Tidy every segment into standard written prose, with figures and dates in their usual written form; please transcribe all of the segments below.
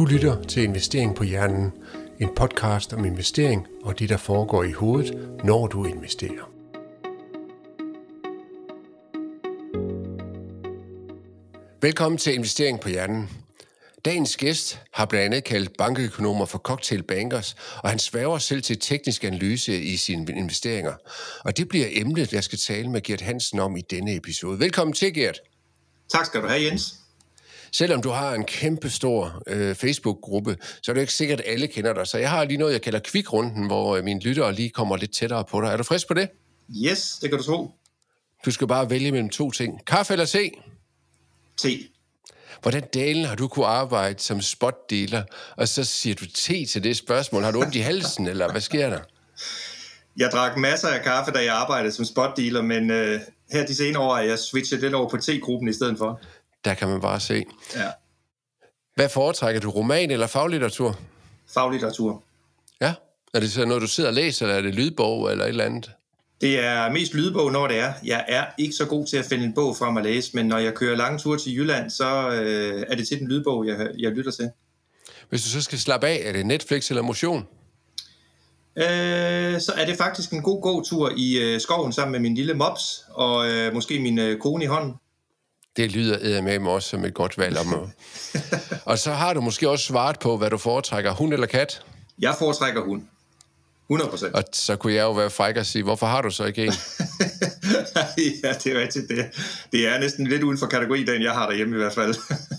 Du lytter til Investering på Hjernen, en podcast om investering og det, der foregår i hovedet, når du investerer. Velkommen til Investering på Hjernen. Dagens gæst har blandt andet kaldt bankøkonomer for cocktailbankers, og han sværger selv til teknisk analyse i sine investeringer. Og det bliver emnet, jeg skal tale med Gert Hansen om i denne episode. Velkommen til, Gert. Tak skal du have, Jens. Selvom du har en kæmpestor Facebook-gruppe, så er det ikke sikkert, at alle kender dig. Så jeg har lige noget, jeg kalder kvikrunden, hvor mine lyttere lige kommer lidt tættere på dig. Er du frisk på det? Yes, det kan du tro. Du skal bare vælge mellem to ting. Kaffe eller te? Te. Hvordan delen har du kunne arbejde som spotdealer, og så siger du te til det spørgsmål? Har du ondt i halsen, eller hvad sker der? Jeg drak masser af kaffe, da jeg arbejdede som spotdealer, men her de senere år er jeg switchet lidt over på te-gruppen i stedet for. Der kan man bare se. Ja. Hvad foretrækker du, roman eller faglitteratur? Faglitteratur. Ja. Er det så noget, du sidder og læser, eller er det lydbog eller et eller andet? Det er mest lydbog, når det er. Jeg er ikke så god til at finde en bog frem at læse, men når jeg kører lange ture til Jylland, så er det til den lydbog, jeg lytter til. Hvis du så skal slappe af, er det Netflix eller motion? Så er det faktisk en god gåtur i skoven sammen med min lille mops, og måske min kone i hånden. Det lyder eddermame også som et godt valg om. Og så har du måske også svaret på, hvad du foretrækker, hund eller kat? Jeg foretrækker hund. 100%. Og så kunne jeg jo være fræk og sige, hvorfor har du så ikke en? Ja, det er rigtigt. Det er næsten lidt uden for kategori, den jeg har derhjemme i hvert fald.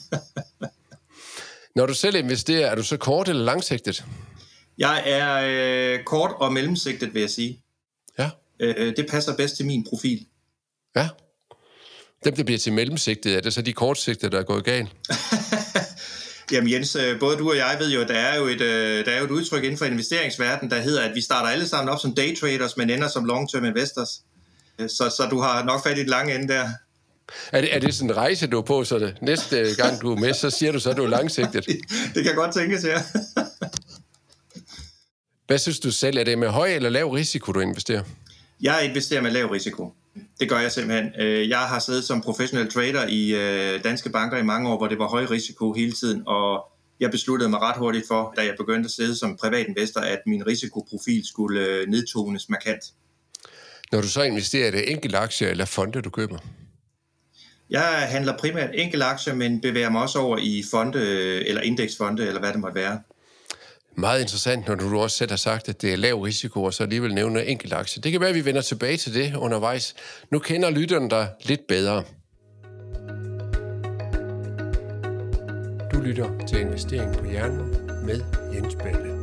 Når du selv investerer, er du så kort eller langsigtet? Jeg er kort og mellemsigtet, vil jeg sige. Ja. Det passer bedst til min profil. Ja. Dem, der bliver til mellemsigtet, er det så de kortsigtede, der er gået galt? Jamen Jens, både du og jeg ved jo, at der er jo et udtryk inden for investeringsverdenen, der hedder, at vi starter alle sammen op som daytraders, men ender som long-term investors. Så du har nok fat i et lange ende der. Er det sådan en rejse, du er på, så det næste gang du er med, så siger du så, at du er langsigtet? Det kan godt tænkes, ja. Hvad synes du selv? Er det med høj eller lav risiko, du investerer? Jeg investerer med lav risiko. Det gør jeg simpelthen. Jeg har siddet som professionel trader i danske banker i mange år, hvor det var høj risiko hele tiden, og jeg besluttede mig ret hurtigt for, da jeg begyndte at sidde som privatinvestor, at min risikoprofil skulle nedtones markant. Når du så investerer, er det enkelte aktier eller fonde, du køber? Jeg handler primært enkelte aktier, men bevæger mig også over i fonde eller indeksfonde, eller hvad det måtte være. Meget interessant, når du også selv har sagt, at det er lav risiko, og så alligevel nævner enkelte aktier. Det kan være, at vi vender tilbage til det undervejs. Nu kender lytterne dig lidt bedre. Du lytter til Investering på Hjernen med Jens Balle.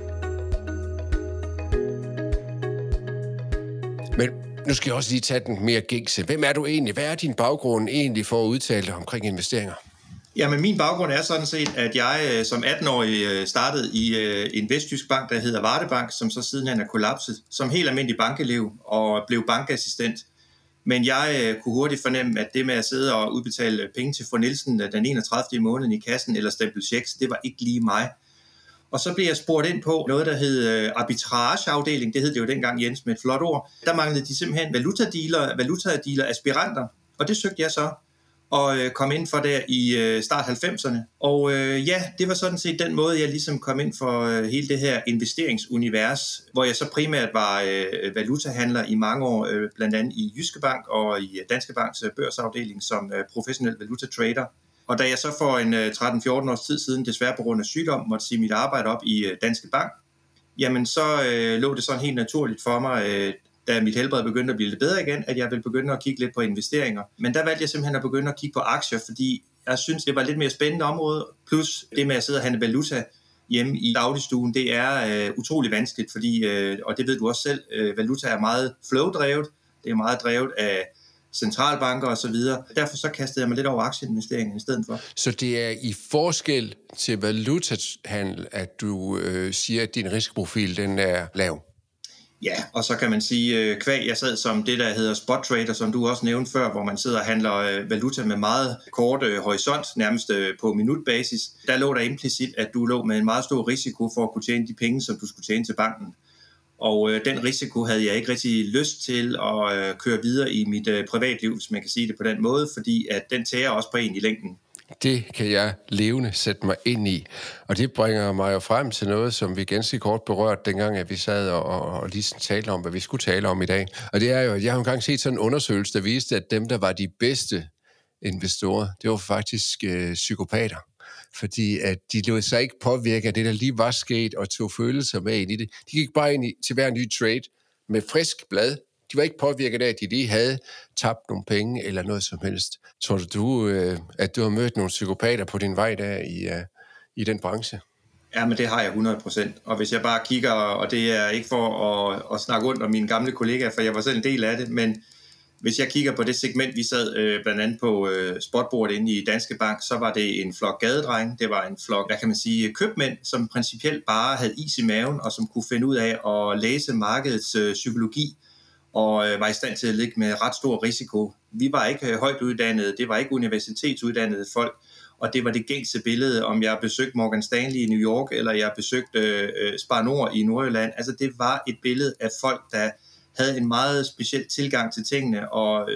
Men nu skal jeg også lige tage den mere gængse. Hvem er du egentlig? Hvad er din baggrund egentlig for at udtale dig omkring investeringer? Jamen, min baggrund er sådan set, at jeg som 18-årig startede i en vestjysk bank, der hedder Varde Bank, som så sidenhen er kollapset, som helt almindelig bankelev og blev bankassistent. Men jeg kunne hurtigt fornemme, at det med at sidde og udbetale penge til fru Nielsen den 31. i måneden i kassen eller stemple checks, det var ikke lige mig. Og så blev jeg spurgt ind på noget, der hed arbitrageafdeling, det hed det jo dengang, Jens, med et flot ord. Der manglede de simpelthen valutadealer, aspiranter, og det søgte jeg så og kom ind for der i start 90'erne. Og ja, det var sådan set den måde, jeg ligesom kom ind for hele det her investeringsunivers, hvor jeg så primært var valutahandler i mange år, blandt andet i Jyske Bank og i Danske Banks børsafdeling som professionel valutatrader. Og da jeg så for en 13-14 års tid siden, desværre på grund af sygdom, måtte sige mit arbejde op i Danske Bank, jamen så lå det sådan helt naturligt for mig, da mit helbred begyndte at blive lidt bedre igen, at jeg ville begynde at kigge lidt på investeringer. Men der valgte jeg simpelthen at begynde at kigge på aktier, fordi jeg synes, det var et lidt mere spændende område. Plus det med at sidde og handle valuta hjemme i dagligstuen, det er utrolig vanskeligt, fordi, og det ved du også selv, valuta er meget flow-drevet. Det er meget drevet af centralbanker og så videre. Derfor så kastede jeg mig lidt over aktieinvesteringer i stedet for. Så det er i forskel til valutahandel, at du siger, at din risikoprofil den er lav? Ja, og så kan man sige, kvæg jeg sad som det, der hedder spot trader, som du også nævnte før, hvor man sidder og handler valuta med meget kort horisont, nærmest på minutbasis. Der lå der implicit, at du lå med en meget stor risiko for at kunne tjene de penge, som du skulle tjene til banken. Og den risiko havde jeg ikke rigtig lyst til at køre videre i mit privatliv, hvis man kan sige det på den måde, fordi at den tærer også på en i længden. Det kan jeg levende sætte mig ind i. Og det bringer mig jo frem til noget, som vi ganske kort berørte, dengang at vi sad og lige talte om, hvad vi skulle tale om i dag. Og det er jo, at jeg har engang set sådan en undersøgelse, der viste, at dem, der var de bedste investorer, det var faktisk psykopater. Fordi at de lod sig ikke påvirke af det, der lige var sket, og tog følelser med ind i det. De gik bare ind til hver ny trade med frisk blad. De var ikke påvirket af, at de lige havde tabt nogle penge eller noget som helst. Tror du, at du har mødt nogle psykopater på din vej der i den branche? Ja, men det har jeg 100%. Og hvis jeg bare kigger, og det er ikke for at snakke ondt om mine gamle kollegaer, for jeg var selv en del af det, men hvis jeg kigger på det segment, vi sad blandt andet på spotbordet inde i Danske Bank, så var det en flok gadedrenge, det var en flok, hvad kan man sige, købmænd, som principielt bare havde is i maven, og som kunne finde ud af at læse markedets psykologi, og var i stand til at ligge med ret stor risiko. Vi var ikke højt uddannede, det var ikke universitetsuddannede folk, og det var det gængse billede, om jeg besøgte Morgan Stanley i New York, eller jeg besøgte Spar Nord i Nordjylland. Altså det var et billede af folk, der havde en meget speciel tilgang til tingene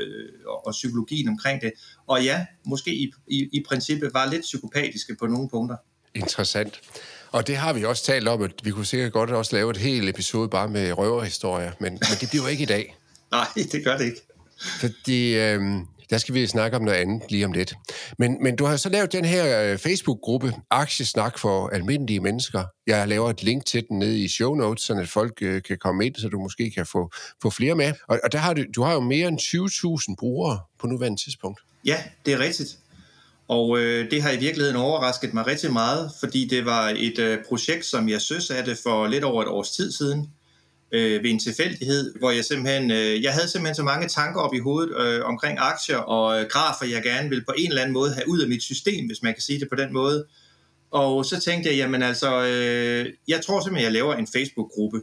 og psykologien omkring det. Og ja, måske i princippet var lidt psykopatiske på nogle punkter. Interessant. Og det har vi også talt om, at vi kunne sikkert godt også lave et helt episode bare med røverhistorier, men det bliver ikke i dag. Nej, det gør det ikke. Fordi der skal vi snakke om noget andet lige om lidt. Men du har så lavet den her Facebook-gruppe, Aktiesnak for almindelige mennesker. Jeg laver et link til den nede i show notes, så at folk kan komme ind, så du måske kan få flere med. Og der har du har jo mere end 20.000 brugere på nuværende tidspunkt. Ja, det er rigtigt. Og det har i virkeligheden overrasket mig rigtig meget, fordi det var et projekt, som jeg søsatte for lidt over et års tid siden, ved en tilfældighed, hvor jeg havde simpelthen så mange tanker op i hovedet omkring aktier og grafer, jeg gerne ville på en eller anden måde have ud af mit system, hvis man kan sige det på den måde. Og så tænkte jeg, jamen altså, jeg tror simpelthen, jeg laver en Facebook-gruppe,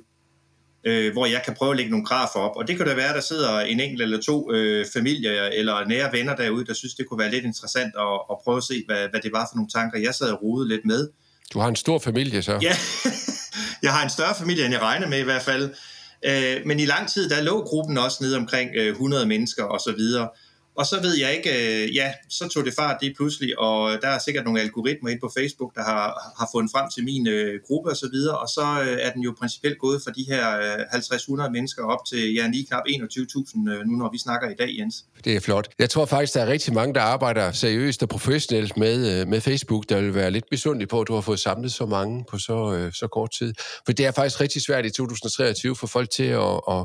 hvor jeg kan prøve at lægge nogle grafer op. Og det kan da være, der sidder en enkelt eller to familier eller nære venner derude, der synes, det kunne være lidt interessant at prøve at se, hvad det var for nogle tanker. Jeg sad og rodede lidt med. Du har en stor familie, så? Ja, jeg har en større familie, end jeg regner med i hvert fald. Men i lang tid, der lå gruppen også nede omkring 100 mennesker og så videre. Og så ved jeg ikke, så tog det fart lige pludselig, og der er sikkert nogle algoritmer inde på Facebook, der har fundet frem til min gruppe og så videre, og så er den jo principielt gået fra de her 50-100 mennesker op til lige knap 21.000 nu, når vi snakker i dag, Jens. Det er flot. Jeg tror faktisk, der er rigtig mange, der arbejder seriøst og professionelt med Facebook, der vil være lidt misundelige på, at du har fået samlet så mange på så kort tid. For det er faktisk rigtig svært i 2023 for folk til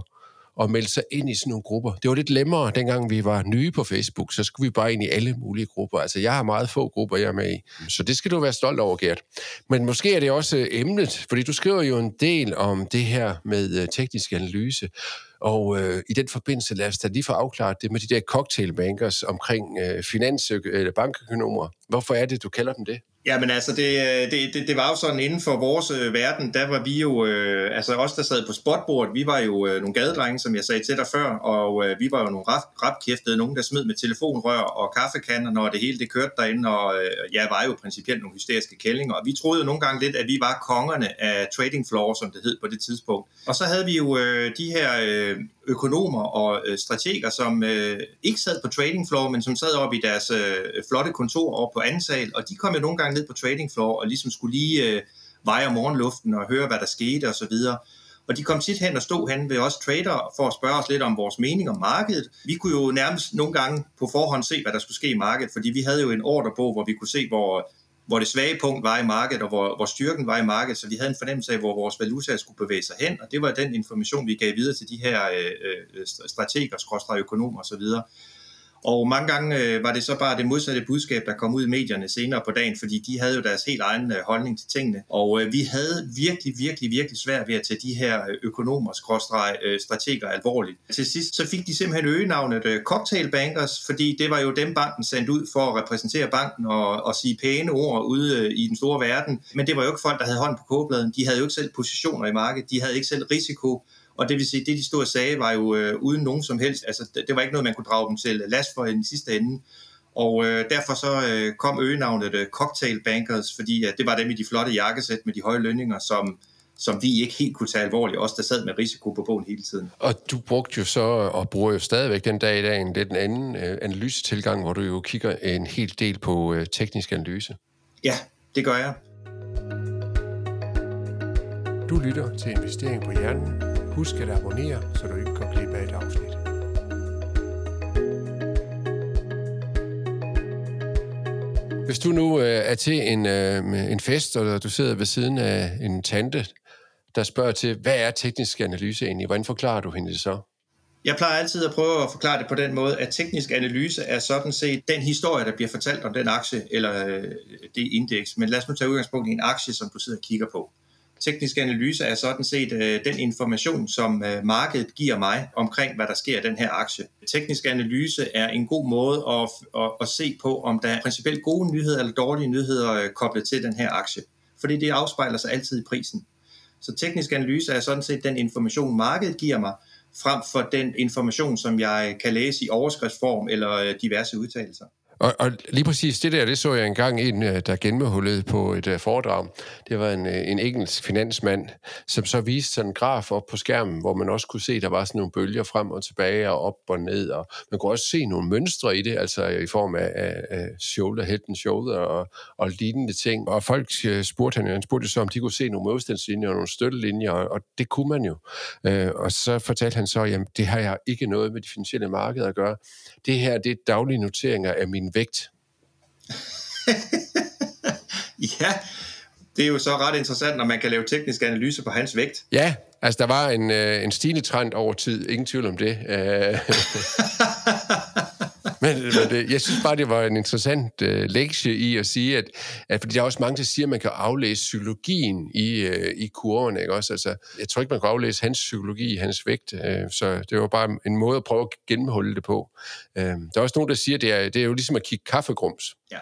at melde sig ind i sådan nogle grupper. Det var lidt lemmere, dengang vi var nye på Facebook, så skulle vi bare ind i alle mulige grupper. Altså, jeg har meget få grupper, jeg er med i. Så det skal du være stolt over, Gert. Men måske er det også emnet, fordi du skriver jo en del om det her med teknisk analyse, og i den forbindelse, lad os da lige få afklaret det med de der cocktailbankers omkring eller bankøkonomer. Hvorfor er det, du kalder dem det? Ja, men altså, det var jo sådan, inden for vores verden, der var vi jo, altså os, der sad på spotbordet, vi var jo nogle gadedrenge, som jeg sagde til dig før, og vi var jo nogle rapkæftede, nogen, der smed med telefonrør og kaffekander, når det hele det kørte derinde, og jeg var jo principielt nogle hysteriske kællinger, og vi troede jo nogle gange lidt, at vi var kongerne af trading floor, som det hed på det tidspunkt. Og så havde vi jo de her økonomer og strateger, som ikke sad på trading floor, men som sad oppe i deres flotte kontor oppe på anden sal, og de kom jo nogle gange ned på trading floor og ligesom skulle lige veje morgenluften og høre, hvad der skete og så videre. Og de kom tit hen og stod hen ved os trader for at spørge os lidt om vores mening om markedet. Vi kunne jo nærmest nogle gange på forhånd se, hvad der skulle ske i markedet, fordi vi havde jo en ordrebog, hvor vi kunne se, hvor det svage punkt var i markedet, og hvor styrken var i markedet, så vi havde en fornemmelse af, hvor vores valuta skulle bevæge sig hen, og det var den information, vi gav videre til de her strateger, økonomer osv. Og mange gange var det så bare det modsatte budskab, der kom ud i medierne senere på dagen, fordi de havde jo deres helt egen holdning til tingene. Og vi havde virkelig svært ved at tage de her økonomer, strateger alvorligt. Til sidst så fik de simpelthen øgenavnet cocktailbankers, fordi det var jo dem, banken sendte ud for at repræsentere banken og sige pæne ord ude i den store verden. Men det var jo ikke folk, der havde hånd på kogepladen. De havde jo ikke selv positioner i markedet. De havde ikke selv risiko. Og det vil sige, det de stod og sagde, var jo uden nogen som helst. Altså, det var ikke noget, man kunne drage dem til last for i den sidste ende. Og derfor så kom øgenavnet cocktailbankers, fordi det var dem i de flotte jakkesæt med de høje lønninger, som vi ikke helt kunne tage alvorligt, os der sad med risiko på bogen hele tiden. Og du brugte jo så, og bruger jo stadigvæk den dag i dag, en lidt anden analysetilgang, hvor du jo kigger en hel del på teknisk analyse. Ja, det gør jeg. Du lytter til Investering på Hjernen. Husk at abonnere, så du ikke går glip af et afsnit. Hvis du nu er til en fest, og du sidder ved siden af en tante, der spørger til, hvad er teknisk analyse egentlig? Hvordan forklarer du hende det så? Jeg plejer altid at prøve at forklare det på den måde, at teknisk analyse er sådan set den historie, der bliver fortalt om den aktie eller det indeks. Men lad os nu tage udgangspunkt i en aktie, som du sidder og kigger på. Teknisk analyse er sådan set den information, som markedet giver mig omkring, hvad der sker i den her aktie. Teknisk analyse er en god måde at se på, om der er principielt gode nyheder eller dårlige nyheder koblet til den her aktie. Fordi det afspejler sig altid i prisen. Så teknisk analyse er sådan set den information, markedet giver mig, frem for den information, som jeg kan læse i overskriftsform eller diverse udtalelser. Og lige præcis det så jeg engang en, der gennemhullede på et foredrag. Det var en engelsk finansmand, som så viste sådan en graf op på skærmen, hvor man også kunne se, der var sådan nogle bølger frem og tilbage og op og ned. Og man kunne også se nogle mønstre i det, altså i form af shoulder, head and shoulder og lignende ting. Og folk spurgte så, om de kunne se nogle modstandslinjer og nogle støttelinjer, og det kunne man jo. Og så fortalte han så, jamen det har jeg ikke noget med de finansielle markeder at gøre. Det her, det er daglige noteringer af min vægt. Ja, det er jo så ret interessant, når man kan lave teknisk analyse på hans vægt. Ja, altså der var en stigende trend over tid, ingen tvivl om det. Men jeg synes bare, det var en interessant lektie i at sige, at fordi der er også mange, der siger, at man kan aflæse psykologien i kurverne, ikke også? Altså, jeg tror ikke, man kan aflæse hans psykologi, hans vægt, så det var bare en måde at prøve at gennemholde det på. Der er også nogen, der siger, at det er jo ligesom at kigge kaffegrums. Ja.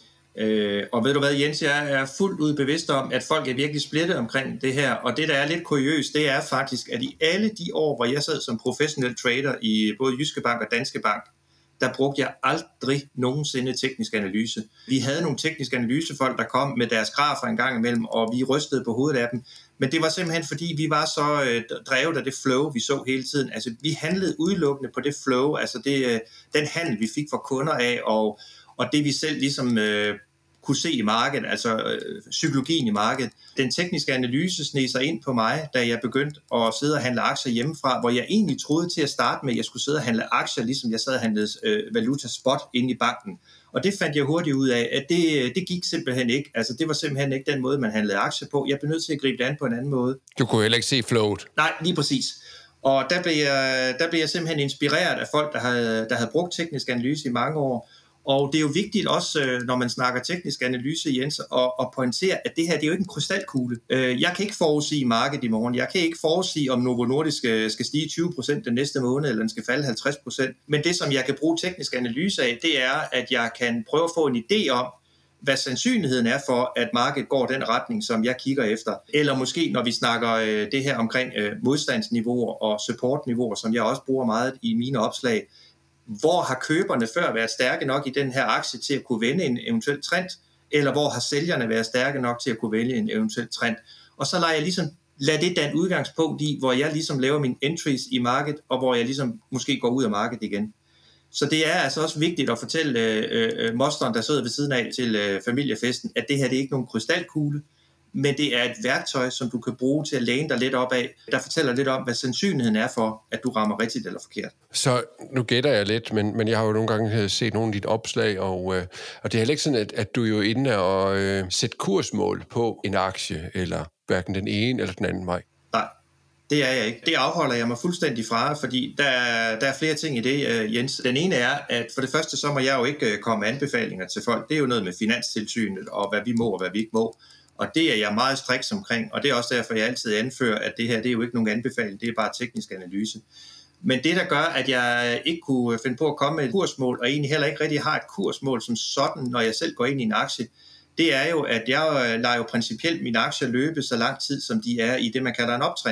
Og ved du hvad, Jens, jeg er fuldt ud bevidst om, at folk er virkelig splittet omkring det her, og det, der er lidt kuriøst, det er faktisk, at i alle de år, hvor jeg sad som professionel trader i både Jyske Bank og Danske Bank, der brugte jeg aldrig nogensinde teknisk analyse. Vi havde nogle tekniske analysefolk, der kom med deres grafer en gang imellem, og vi rystede på hovedet af dem. Men det var simpelthen fordi, vi var så drevet af det flow, vi så hele tiden. Altså, vi handlede udelukkende på det flow, altså den handel, vi fik fra kunder af, og det vi selv ligesom kunne se i markedet, altså psykologien i markedet. Den tekniske analyse sneg sig ind på mig, da jeg begyndte at sidde og handle aktier hjemmefra, hvor jeg egentlig troede til at starte med, at jeg skulle sidde og handle aktier, ligesom jeg sad og handlede valuta spot inde i banken. Og det fandt jeg hurtigt ud af, at det gik simpelthen ikke. Altså det var simpelthen ikke den måde, man handlede aktier på. Jeg blev nødt til at gribe det an på en anden måde. Du kunne heller ikke se flowet. Nej, lige præcis. Og der blev jeg simpelthen inspireret af folk, der havde brugt teknisk analyse i mange år. Og det er jo vigtigt også, når man snakker teknisk analyse, Jens, at pointere, at det her, det er jo ikke en krystalkugle. Jeg kan ikke forudsige markedet i morgen. Jeg kan ikke forudsige, om Novo Nordisk skal stige 20% den næste måned, eller den skal falde 50%. Men det, som jeg kan bruge teknisk analyse af, det er, at jeg kan prøve at få en idé om, hvad sandsynligheden er for, at markedet går den retning, som jeg kigger efter. Eller måske, når vi snakker det her omkring modstandsniveauer og supportniveauer, som jeg også bruger meget i mine opslag. Hvor har køberne før været stærke nok i den her aktie til at kunne vende en eventuel trend, eller hvor har sælgerne været stærke nok til at kunne vælge en eventuel trend. Og så lader det danne udgangspunkt i, hvor jeg ligesom laver mine entries i markedet, og hvor jeg ligesom måske går ud af markedet igen. Så det er altså også vigtigt at fortælle mosteren, der sidder ved siden af til familiefesten, at det her det er ikke nogen krystalkugle, men det er et værktøj, som du kan bruge til at læne dig lidt op af, der fortæller lidt om, hvad sandsynligheden er for, at du rammer rigtigt eller forkert. Så nu gætter jeg lidt, men jeg har jo nogle gange set nogle af dine opslag, og det er heller ikke sådan, at du er jo inde og sætte kursmål på en aktie, eller hverken den ene eller den anden vej. Nej, det er jeg ikke. Det afholder jeg mig fuldstændig fra, fordi der er flere ting i det, Jens. Den ene er, at for det første, så må jeg jo ikke komme med anbefalinger til folk. Det er jo noget med Finanstilsynet, og hvad vi må og hvad vi ikke må. Og det er jeg meget striks omkring, og det er også derfor, jeg altid anfører, at det her, det er jo ikke nogen anbefaling, det er bare teknisk analyse. Men det, der gør, at jeg ikke kunne finde på at komme med et kursmål, og egentlig heller ikke rigtig har et kursmål som sådan, når jeg selv går ind i en aktie, det er jo, at jeg lader jo principielt mine aktier løbe så lang tid, som de er i det, man kalder en optrend.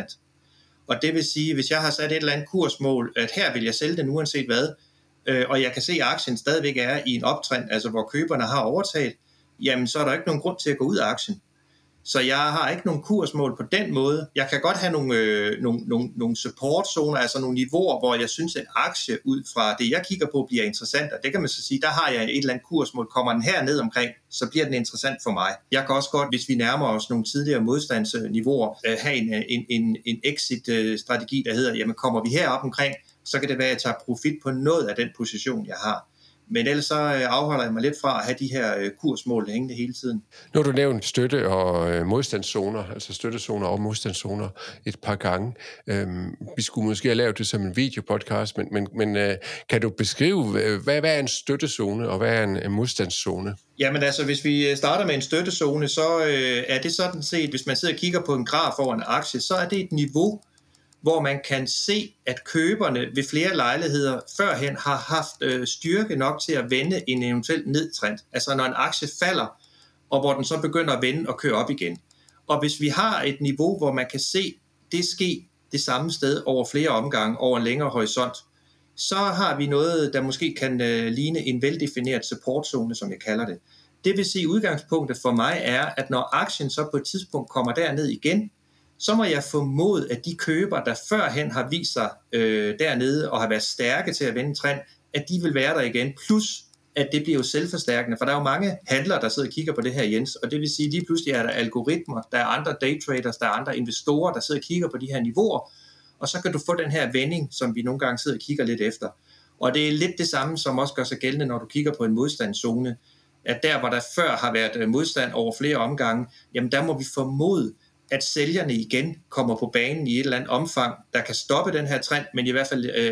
Og det vil sige, hvis jeg har sat et eller andet kursmål, at her vil jeg sælge den uanset hvad, og jeg kan se, at aktien stadigvæk er i en optrend, altså hvor køberne har overtaget, jamen så er der ikke nogen grund til at gå ud af aktien. Så jeg har ikke nogen kursmål på den måde. Jeg kan godt have nogle supportzoner, altså nogle niveauer, hvor jeg synes, at en aktie ud fra det, jeg kigger på, bliver interessant. Og det kan man så sige, der har jeg et eller andet kursmål. Kommer den her ned omkring, så bliver den interessant for mig. Jeg kan også godt, hvis vi nærmer os nogle tidligere modstandsniveauer, have en exit-strategi, der hedder, jamen kommer vi herop omkring, så kan det være, at jeg tager profit på noget af den position, jeg har. Men ellers så afholder jeg mig lidt fra at have de her kursmål hængende hele tiden. Nu har du nævnt støtte- og modstandszoner, altså støttezoner og modstandszoner et par gange. Vi skulle måske have lavet det som en videopodcast, men kan du beskrive, hvad er en støttezone og hvad er en modstandszone? Jamen altså, hvis vi starter med en støttezone, så er det sådan set, hvis man sidder og kigger på en graf over en aktie, så er det et niveau, hvor man kan se, at køberne ved flere lejligheder førhen har haft styrke nok til at vende en eventuel nedtrend. Altså når en aktie falder, og hvor den så begynder at vende og køre op igen. Og hvis vi har et niveau, hvor man kan se det ske det samme sted over flere omgange, over en længere horisont, så har vi noget, der måske kan ligne en veldefineret supportzone, som jeg kalder det. Det vil sige, udgangspunktet for mig er, at når aktien så på et tidspunkt kommer derned igen, så må jeg formode, at de købere, der førhen har vist sig dernede og har været stærke til at vende trend, at de vil være der igen. Plus, at det bliver jo selvforstærkende, for der er jo mange handlere, der sidder og kigger på det her, Jens, og det vil sige, at lige pludselig er der algoritmer, der er andre daytraders, der er andre investorer, der sidder og kigger på de her niveauer, og så kan du få den her vending, som vi nogle gange sidder og kigger lidt efter. Og det er lidt det samme, som også gør sig gældende, når du kigger på en modstandszone, at der, hvor der før har været modstand over flere omgange, jamen der må vi formode, at sælgerne igen kommer på banen i et eller andet omfang, der kan stoppe den her trend, men i hvert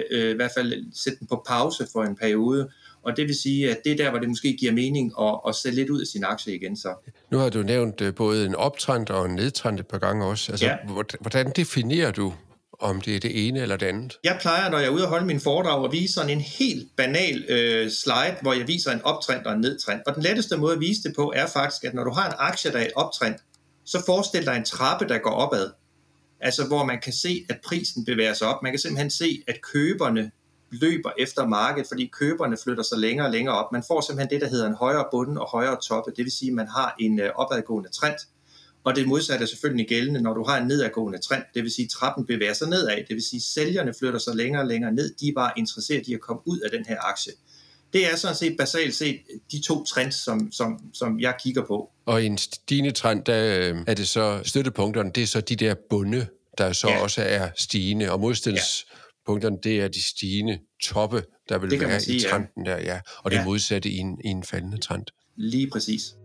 fald sætte den på pause for en periode. Og det vil sige, at det er der, hvor det måske giver mening at sælge lidt ud af sin aktie igen. Så. Nu har du nævnt både en optrend og en nedtrend et par gange også. Altså, ja. Hvordan definerer du, om det er det ene eller det andet? Jeg plejer, når jeg er ude og holde min foredrag, at vise sådan en helt banal slide, hvor jeg viser en optrend og en nedtrend. Og den letteste måde at vise det på, er faktisk, at når du har en aktie, der er et optrend, så forestil dig en trappe, der går opad. Altså hvor man kan se, at prisen bevæger sig op. Man kan simpelthen se, at køberne løber efter markedet, fordi køberne flytter sig længere og længere op. Man får simpelthen det, der hedder en højere bunden og højere toppe. Det vil sige, at man har en opadgående trend. Og det modsatte er selvfølgelig gældende, når du har en nedadgående trend. Det vil sige, at trappen bevæger sig nedad. Det vil sige, at sælgerne flytter sig længere og længere ned. De er bare interesseret i at komme ud af den her aktie. Det er sådan set basalt set de to trends, som jeg kigger på. Og i en stigende trend, der er det så støttepunkterne, det er så de der bunde, der så også er stigende, og modstandspunkterne, det er de stigende toppe, der vil være sige, i trenden der, ja. Og det modsatte i en faldende trend. Lige præcis.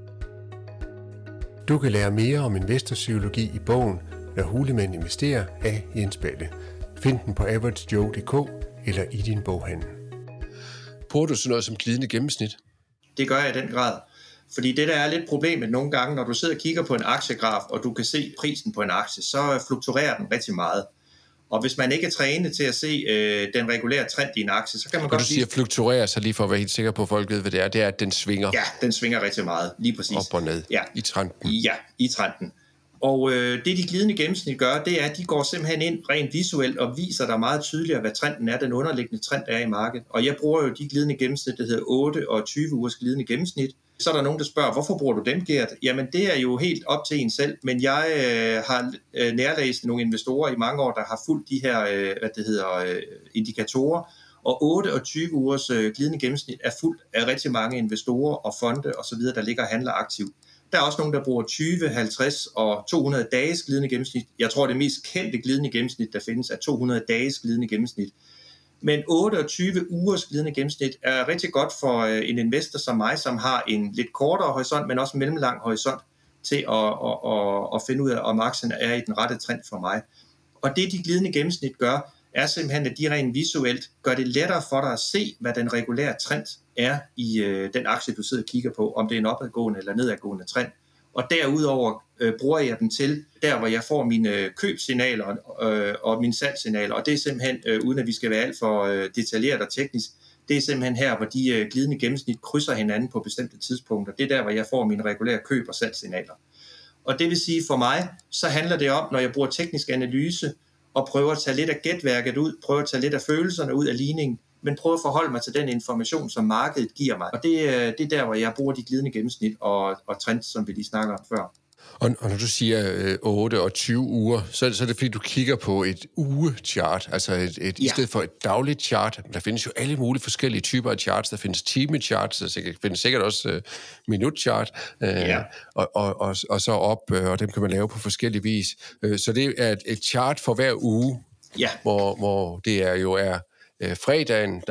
Du kan lære mere om investorpsykologi i bogen Når hulemænd investerer af Jens Balle. Find den på averagejoe.dk eller i din boghandel. Bruger du sådan noget som glidende gennemsnit? Det gør jeg i den grad. Fordi det, der er lidt problemet nogle gange, når du sidder og kigger på en aktiegraf, og du kan se prisen på en aktie, så fluktuerer den rigtig meget. Og hvis man ikke er trænet til at se den regulære trend i en aktie, så kan man godt... Du siger fluktuerer, så lige for at være helt sikker på, at folk ved, hvad det er, at den svinger. Ja, den svinger rigtig meget, lige præcis. Op og ned, i trenden. Ja, i trenden. Og det de glidende gennemsnit gør, det er, at de går simpelthen ind rent visuelt og viser dig meget tydeligere, hvad trenden er, den underliggende trend er i markedet. Og jeg bruger jo de glidende gennemsnit, der hedder 8 og 20 ugers glidende gennemsnit. Så er der nogen, der spørger, hvorfor bruger du dem, Gert? Jamen det er jo helt op til en selv, men jeg har nærlæst nogle investorer i mange år, der har fulgt de her indikatorer. Og 8 og 20 ugers glidende gennemsnit er fuldt af rigtig mange investorer og fonde osv., der ligger og handler aktivt. Der er også nogen, der bruger 20, 50 og 200 dages glidende gennemsnit. Jeg tror, det mest kendte glidende gennemsnit, der findes, er 200 dages glidende gennemsnit. Men 28 ugers glidende gennemsnit er rigtig godt for en investor som mig, som har en lidt kortere horisont, men også en mellemlang horisont, til at finde ud af, om aktien er i den rette trend for mig. Og det, de glidende gennemsnit gør, er simpelthen, at de rent visuelt gør det lettere for dig at se, hvad den regulære trend er i den aktie, du sidder og kigger på, om det er en opadgående eller nedadgående trend. Og derudover bruger jeg dem til, der hvor jeg får mine købssignaler og mine salgssignaler, og det er simpelthen, uden at vi skal være alt for detaljeret og teknisk, det er simpelthen her, hvor de glidende gennemsnit krydser hinanden på bestemte tidspunkter. Det er der, hvor jeg får mine regulære køb- og salgssignaler. Og det vil sige for mig, så handler det om, når jeg bruger teknisk analyse, og prøver at tage lidt af gætværket ud, prøver at tage lidt af følelserne ud af ligningen, men prøver at forholde mig til den information, som markedet giver mig. Og det er der, hvor jeg bruger de glidende gennemsnit og trends, som vi lige snakker om før. Og når du siger 8 og 20 uger, så er det fordi, du kigger på et ugechart, altså i stedet for et dagligt chart. Der findes jo alle mulige forskellige typer af charts. Der findes timecharts, der findes sikkert også minutchart, og så op, og dem kan man lave på forskellige vis. Så det er et chart for hver uge, hvor det er fredagen,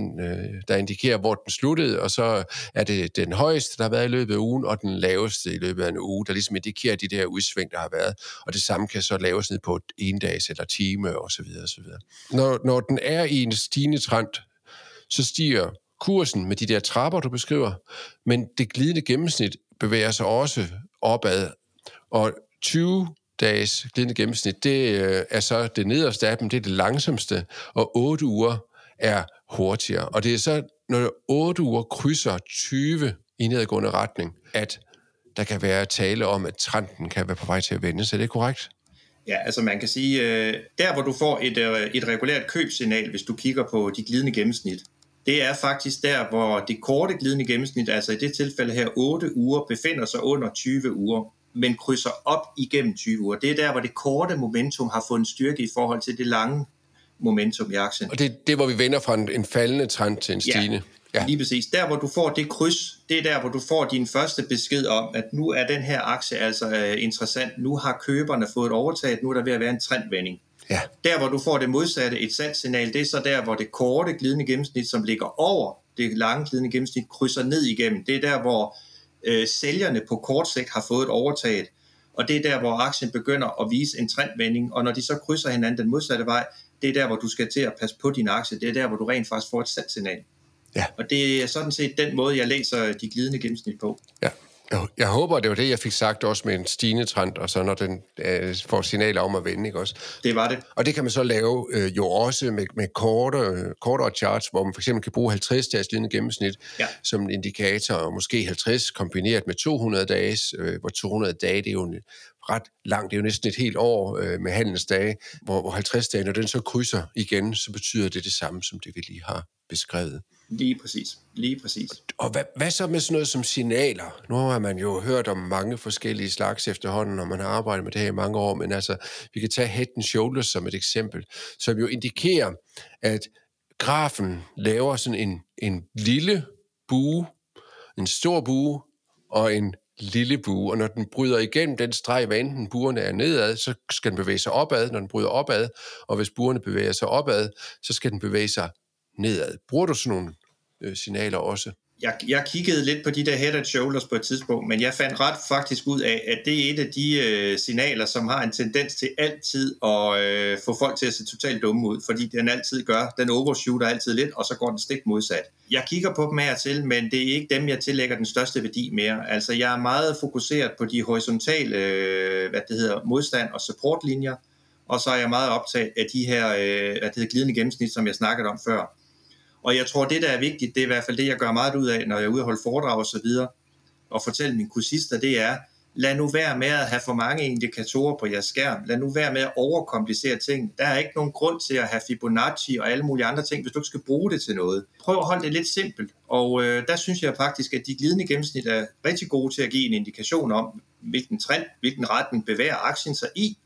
der indikerer, hvor den sluttede, og så er det den højeste, der har været i løbet af ugen, og den laveste i løbet af en uge, der ligesom indikerer de der udsving, der har været. Og det samme kan så laves ned på et endags eller time, og så videre, og så videre. Når den er i en stigende trend, så stiger kursen med de der trapper, du beskriver, men det glidende gennemsnit bevæger sig også opad, og 20 dages glidende gennemsnit, det er så det nederste af dem, det er det langsomste, og 8 uger er hurtigere. Og det er så, når 8 uger krydser 20 i nedadgående retning, at der kan være tale om, at trenden kan være på vej til at vende. Så er det korrekt? Ja, altså man kan sige, der hvor du får et regulært købssignal, hvis du kigger på de glidende gennemsnit, det er faktisk der, hvor det korte glidende gennemsnit, altså i det tilfælde her 8 uger, befinder sig under 20 uger, men krydser op igennem 20 uger. Det er der, hvor det korte momentum har fået en styrke i forhold til det lange momentum i aktien. Og det er, hvor vi vender fra en faldende trend til en stigende. Ja, lige præcis. Der, hvor du får det kryds, det er der, hvor du får din første besked om, at nu er den her aktie altså interessant. Nu har køberne fået overtaget, nu er der ved at være en trendvending. Ja. Der, hvor du får det modsatte, et salgssignal, det er så der, hvor det korte glidende gennemsnit, som ligger over det lange glidende gennemsnit, krydser ned igennem. Det er der, hvor sælgerne på kort sigt har fået overtaget. Og det er der, hvor aktien begynder at vise en trendvending, og når de så krydser hinanden den modsatte vej, det er der, hvor du skal til at passe på din aktie. Det er der, hvor du rent faktisk får et salgssignal. Ja. Og det er sådan set den måde, jeg læser de glidende gennemsnit på. Ja. Jeg håber, det var det, jeg fik sagt også med en stigende trend, og så når den får signaler om at vende, ikke også? Det var det. Og det kan man så lave jo også med kortere charts, hvor man for eksempel kan bruge 50 dages glidende gennemsnit som en indikator, og måske 50 kombineret med 200 dages, hvor 200 dage, det er jo ret langt, det er jo næsten et helt år med handelsdage, hvor 50 dage, når den så krydser igen, så betyder det samme, som det vi lige har beskrevet. Lige præcis. Og hvad så med sådan noget som signaler? Nu har man jo hørt om mange forskellige slags efterhånden, når man har arbejdet med det her i mange år, men altså, vi kan tage Head & Shoulders som et eksempel, som jo indikerer, at grafen laver sådan en lille bue, en stor bue og en lille bue, og når den bryder igennem den streg, hvad enten buerne er nedad, så skal den bevæge sig opad, når den bryder opad, og hvis buerne bevæger sig opad, så skal den bevæge sig nedad. Bruger du sådan nogle signaler også? Jeg kiggede lidt på de der Head & Shoulders på et tidspunkt, men jeg fandt ret faktisk ud af, at det er et af de signaler, som har en tendens til altid at få folk til at se totalt dumme ud, fordi den altid gør, den overshooter altid lidt, og så går den stik modsat. Jeg kigger på dem her til, men det er ikke dem, jeg tillægger den største værdi mere. Altså, jeg er meget fokuseret på de horisontale, modstand- og supportlinjer, og så er jeg meget optaget af de her, glidende gennemsnit, som jeg snakkede om før. Og jeg tror, det der er vigtigt, det er i hvert fald det, jeg gør meget ud af, når jeg er ude og holde foredrag og så videre, og fortælle mine kursister, det er, lad nu være med at have for mange indikatorer på jeres skærm. Lad nu være med at overkomplicere ting. Der er ikke nogen grund til at have Fibonacci og alle mulige andre ting, hvis du ikke skal bruge det til noget. Prøv at holde det lidt simpelt. Og der synes jeg faktisk, at de glidende gennemsnit er rigtig gode til at give en indikation om, hvilken trend, hvilken retning bevæger aktien sig i.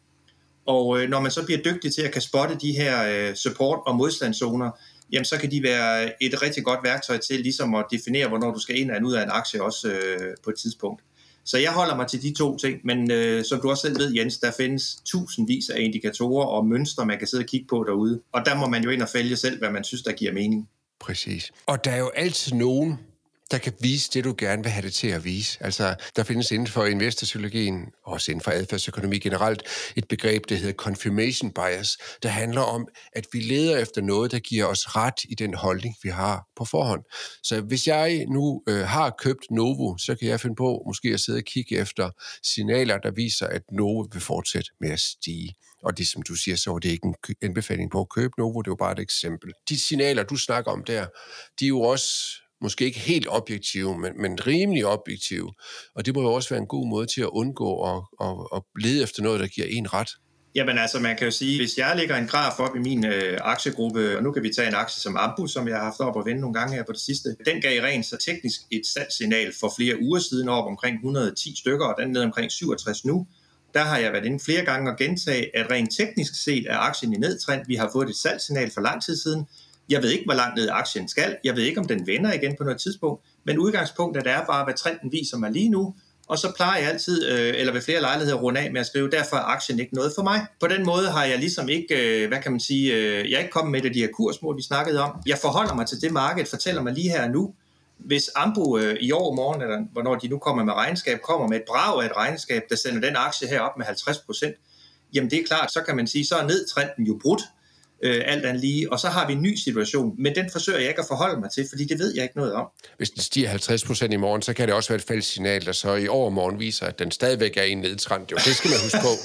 Og når man så bliver dygtig til at kan spotte de her support- og modstandszoner, jamen så kan de være et rigtig godt værktøj til ligesom at definere, hvornår du skal ind og ud af en aktie også på et tidspunkt. Så jeg holder mig til de to ting, men som du også selv ved, Jens, der findes tusindvis af indikatorer og mønstre, man kan sidde og kigge på derude. Og der må man jo ind og vælge selv, hvad man synes, der giver mening. Præcis. Og der er jo altid nogen, der kan vise det, du gerne vil have det til at vise. Altså, der findes inden for investorpsykologien, også inden for adfærdsøkonomi generelt, et begreb, der hedder confirmation bias, der handler om, at vi leder efter noget, der giver os ret i den holdning, vi har på forhånd. Så hvis jeg nu har købt Novo, så kan jeg finde på måske at sidde og kigge efter signaler, der viser, at Novo vil fortsætte med at stige. Og det, som du siger, så er det ikke en anbefaling på at købe Novo, det er jo bare et eksempel. De signaler, du snakker om der, de er jo også måske ikke helt objektive, men rimelig objektive. Og det må jo også være en god måde til at undgå at lede efter noget, der giver en ret. Jamen altså, man kan jo sige, hvis jeg lægger en graf op i min aktiegruppe, og nu kan vi tage en aktie som Ambu, som jeg har haft op at vende nogle gange her på det sidste, den gav rent så teknisk et salgssignal for flere uger siden op omkring 110 stykker, og den ned omkring 67 nu. Der har jeg været inde flere gange og gentage, at rent teknisk set er aktien i nedtrend. Vi har fået et salgssignal for lang tid siden. Jeg ved ikke, hvor langt ned aktien skal. Jeg ved ikke, om den vender igen på noget tidspunkt. Men udgangspunktet er bare, hvad trenden viser mig lige nu. Og så plejer jeg altid, eller ved flere lejligheder, at runde af med at skrive, derfor er aktien ikke noget for mig. På den måde har jeg ligesom ikke, jeg er ikke kommet med de her kursmål, vi snakkede om. Jeg forholder mig til det marked, fortæller mig lige her og nu. Hvis Ambu i år morgen, eller hvornår de nu kommer med regnskab, kommer med et brag af et regnskab, der sender den aktie her op med 50%, jamen det er klart, så kan man sige, så er nedtrenden jo brudt, alt andet lige, og så har vi en ny situation, men den forsøger jeg ikke at forholde mig til, fordi det ved jeg ikke noget om. Hvis den stiger 50% i morgen, så kan det også være et fælles signal, der så i overmorgen viser, at den stadigvæk er i en nedtrend. Jo, det skal man huske på.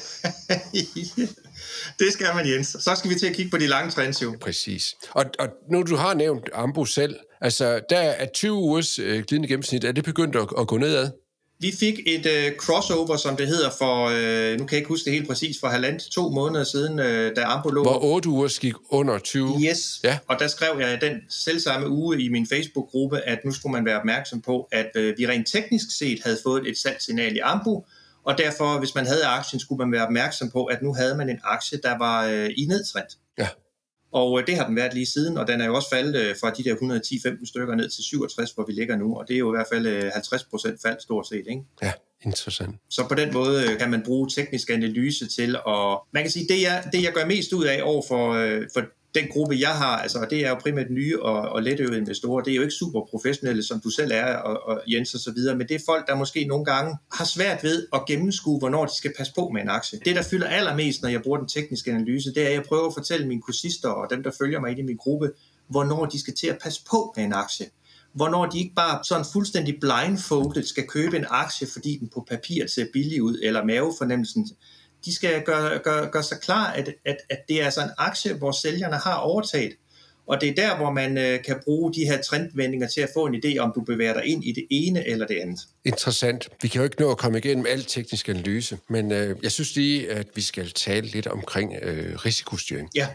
Det skal man, Jens. Så skal vi til at kigge på de lange trends jo. Præcis. Og nu du har nævnt Ambu selv, altså der er 20 ugers glidende gennemsnit, er det begyndt at gå nedad? Vi fik et crossover, som det hedder, for, nu kan jeg ikke huske det helt præcis, for 1,5 til 2 måneder siden, da Ambu lå. Hvor 8 uger gik under 20. Yes, ja. Og der skrev jeg den selvsamme uge i min Facebook-gruppe, at nu skulle man være opmærksom på, at vi rent teknisk set havde fået et salgssignal i Ambu, og derfor, hvis man havde aktien, skulle man være opmærksom på, at nu havde man en aktie, der var i nedtrend. Ja. Og det har den været lige siden, og den er jo også faldet fra de der 110-15 stykker ned til 67, hvor vi ligger nu, og det er jo i hvert fald 50% fald stort set, ikke? Ja, interessant. Så på den måde kan man bruge teknisk analyse til, og man kan sige, det jeg gør mest ud af over for den gruppe, jeg har, altså det er jo primært nye og letøvede investorer, det er jo ikke super professionelle, som du selv er, og Jens og så videre, men det er folk, der måske nogle gange har svært ved at gennemskue, hvornår de skal passe på med en aktie. Det, der fylder allermest, når jeg bruger den tekniske analyse, det er, at jeg prøver at fortælle mine kursister og dem, der følger mig i min gruppe, hvornår de skal til at passe på med en aktie. Hvornår de ikke bare sådan fuldstændig blindfolded skal købe en aktie, fordi den på papir ser billig ud, eller mavefornemmelsen. De skal gøre sig klar, at det er altså en aktie, hvor sælgerne har overtaget. Og det er der, hvor man kan bruge de her trendvendinger til at få en idé, om du bevæger dig ind i det ene eller det andet. Interessant. Vi kan jo ikke nå at komme igennem al teknisk analyse, men jeg synes lige, at vi skal tale lidt omkring risikostyring. Ja.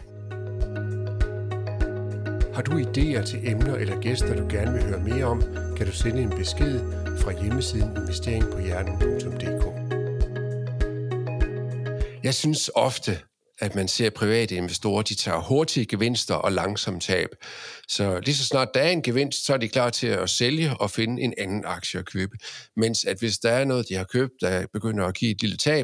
Har du idéer til emner eller gæster, du gerne vil høre mere om, kan du sende en besked fra hjemmesiden investeringpohjernen.dk. Jeg synes ofte, at man ser private investorer, de tager hurtige gevinster og langsomme tab. Så lige så snart der er en gevinst, så er de klar til at sælge og finde en anden aktie at købe. Mens at hvis der er noget, de har købt, der begynder at give et lille tab,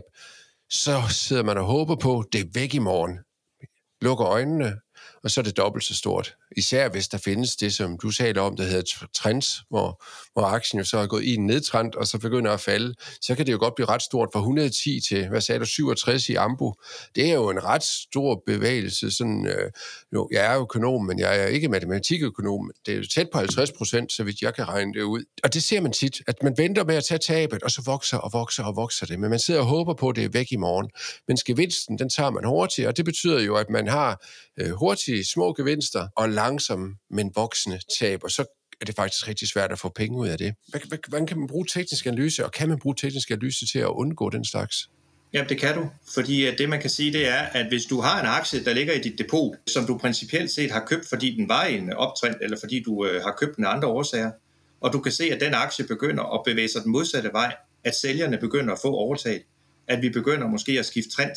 så sidder man og håber på, at det er væk i morgen. Lukker øjnene, og så er det dobbelt så stort. Især hvis der findes det, som du taler om, der hedder trends, hvor aktien jo så er gået i en nedtrend, og så begynder at falde, så kan det jo godt blive ret stort fra 110 til, hvad sagde du, 67 i Ambu. Det er jo en ret stor bevægelse. Sådan, jeg er økonom, men jeg er ikke matematikøkonom. Det er jo tæt på 50%, så vidt jeg kan regne det ud. Og det ser man tit, at man venter med at tage tabet, og så vokser det. Men man sidder og håber på, at det er væk i morgen. Men gevinsten, den tager man hurtigt, og det betyder jo, at man har hurtige små gevinster og langsomme, men voksende tab, og så er det faktisk rigtig svært at få penge ud af det. Hvordan kan man bruge teknisk analyse, og kan man bruge teknisk analyse til at undgå den slags? Jamen det kan du, fordi det man kan sige, det er, at hvis du har en aktie, der ligger i dit depot, som du principielt set har købt, fordi den var i en optrend, eller fordi du har købt den af andre årsager, og du kan se, at den aktie begynder at bevæge sig den modsatte vej, at sælgerne begynder at få overtaget, at vi begynder måske at skifte trend,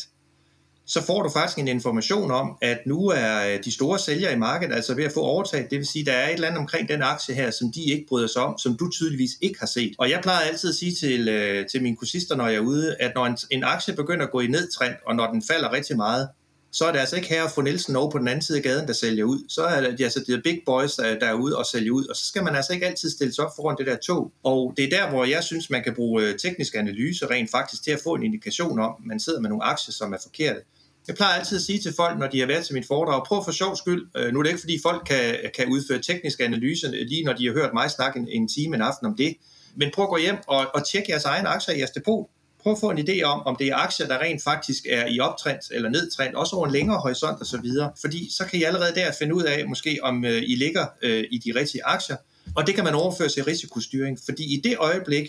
så får du faktisk en information om, at nu er de store sælgere i markedet altså ved at få overtaget. Det vil sige, at der er et eller andet omkring den aktie her, som de ikke bryder sig om, som du tydeligvis ikke har set. Og jeg plejer altid at sige til mine kursister, når jeg er ude, at når en aktie begynder at gå i nedtrend, og når den falder rigtig meget, så er det altså ikke her at få Nielsen over på den anden side af gaden, der sælger ud. Så er det altså de big boys, der er ude og sælger ud, og så skal man altså ikke altid stille sig op foran det der tog. Og det er der, hvor jeg synes, man kan bruge teknisk analyse rent faktisk til at få en indikation om, at man sidder med nogle aktier, som er forkerte. Jeg plejer altid at sige til folk, når de har været til mit foredrag, prøv for sjov skyld, nu er det ikke fordi folk kan udføre teknisk analyse, lige når de har hørt mig snakke en time en aften om det, men prøv at gå hjem og tjekke jeres egne aktier i jeres depot. Prøv at få en idé om det er aktier, der rent faktisk er i optrend eller nedtrend, også over en længere horisont og så videre, fordi så kan I allerede der finde ud af, måske om I ligger i de rigtige aktier, og det kan man overføre til risikostyring, fordi i det øjeblik,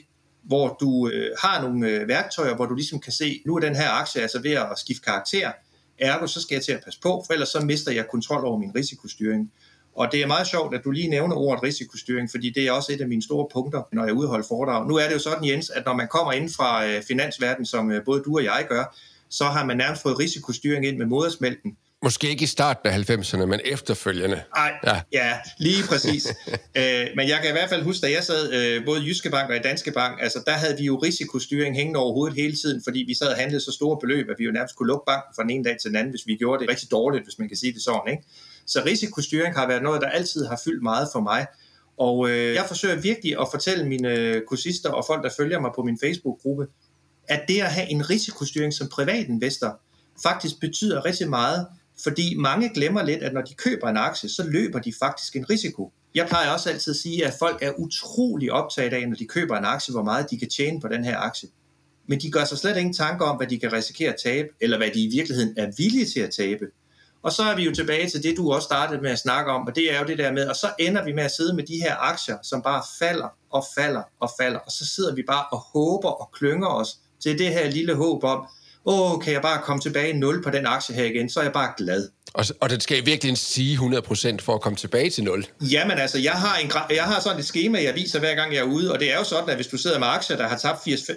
hvor du har nogle værktøjer, hvor du ligesom kan se, nu er den her aktie altså ved at skifte karakter, ergo så skal jeg til at passe på, for ellers så mister jeg kontrol over min risikostyring. Og det er meget sjovt, at du lige nævner ordet risikostyring, fordi det er også et af mine store punkter, når jeg udholder foredrag. Nu er det jo sådan, Jens, at når man kommer ind fra finansverdenen, som både du og jeg gør, så har man nærmest fået risikostyring ind med modersmælken. Måske ikke i starten af 90'erne, men efterfølgende. Ja, lige præcis. Men jeg kan i hvert fald huske, da jeg sad både i Jyske Bank og i Danske Bank, altså der havde vi jo risikostyring hængende over hovedet hele tiden, fordi vi sad og handlede så store beløb, at vi jo nærmest kunne lukke banken fra den ene dag til den anden, hvis vi gjorde det rigtig dårligt, hvis man kan sige det sådan, ikke? Så risikostyring har været noget, der altid har fyldt meget for mig. Og jeg forsøger virkelig at fortælle mine kursister og folk, der følger mig på min Facebook-gruppe, at det at have en risikostyring som privatinvestor faktisk betyder rigtig meget, fordi mange glemmer lidt, at når de køber en aktie, så løber de faktisk en risiko. Jeg plejer også altid at sige, at folk er utrolig optaget af, når de køber en aktie, hvor meget de kan tjene på den her aktie. Men de gør sig slet ingen tanker om, hvad de kan risikere at tabe, eller hvad de i virkeligheden er villige til at tabe. Og så er vi jo tilbage til det, du også startede med at snakke om, og det er jo det der med, og så ender vi med at sidde med de her aktier, som bare falder og falder og falder, og så sidder vi bare og håber og klynger os til det her lille håb om, kan jeg bare komme tilbage i 0 på den aktie her igen, så er jeg bare glad. Og den skal virkelig sige 100% for at komme tilbage til 0. Jamen altså, jeg har sådan et skema, jeg viser hver gang jeg er ude, og det er jo sådan, at hvis du sidder med aktier, der har tabt